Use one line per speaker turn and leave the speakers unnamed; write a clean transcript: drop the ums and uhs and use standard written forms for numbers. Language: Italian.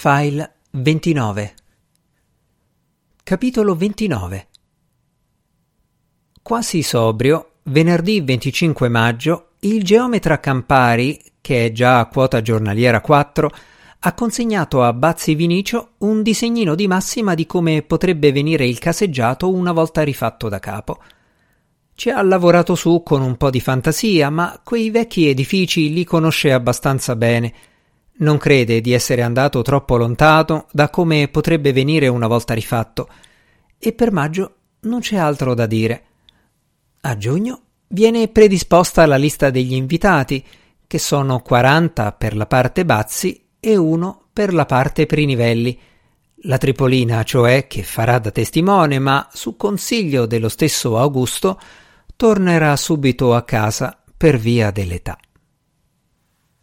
File 29. Capitolo 29. Quasi sobrio, venerdì 25 maggio, il geometra Campari, che è già a quota giornaliera 4, ha consegnato a Bazzi Vinicio un disegnino di massima di come potrebbe venire il caseggiato una volta rifatto da capo. Ci ha lavorato su con un po' di fantasia, ma quei vecchi edifici li conosce abbastanza bene. Non crede di essere andato troppo lontano da come potrebbe venire una volta rifatto, e per maggio non c'è altro da dire. A giugno viene predisposta la lista degli invitati, che sono 40 per la parte Bazzi e 1 per la parte Prinivelli. La Tripolina, cioè, che farà da testimone, ma su consiglio dello stesso Augusto, tornerà subito a casa per via dell'età.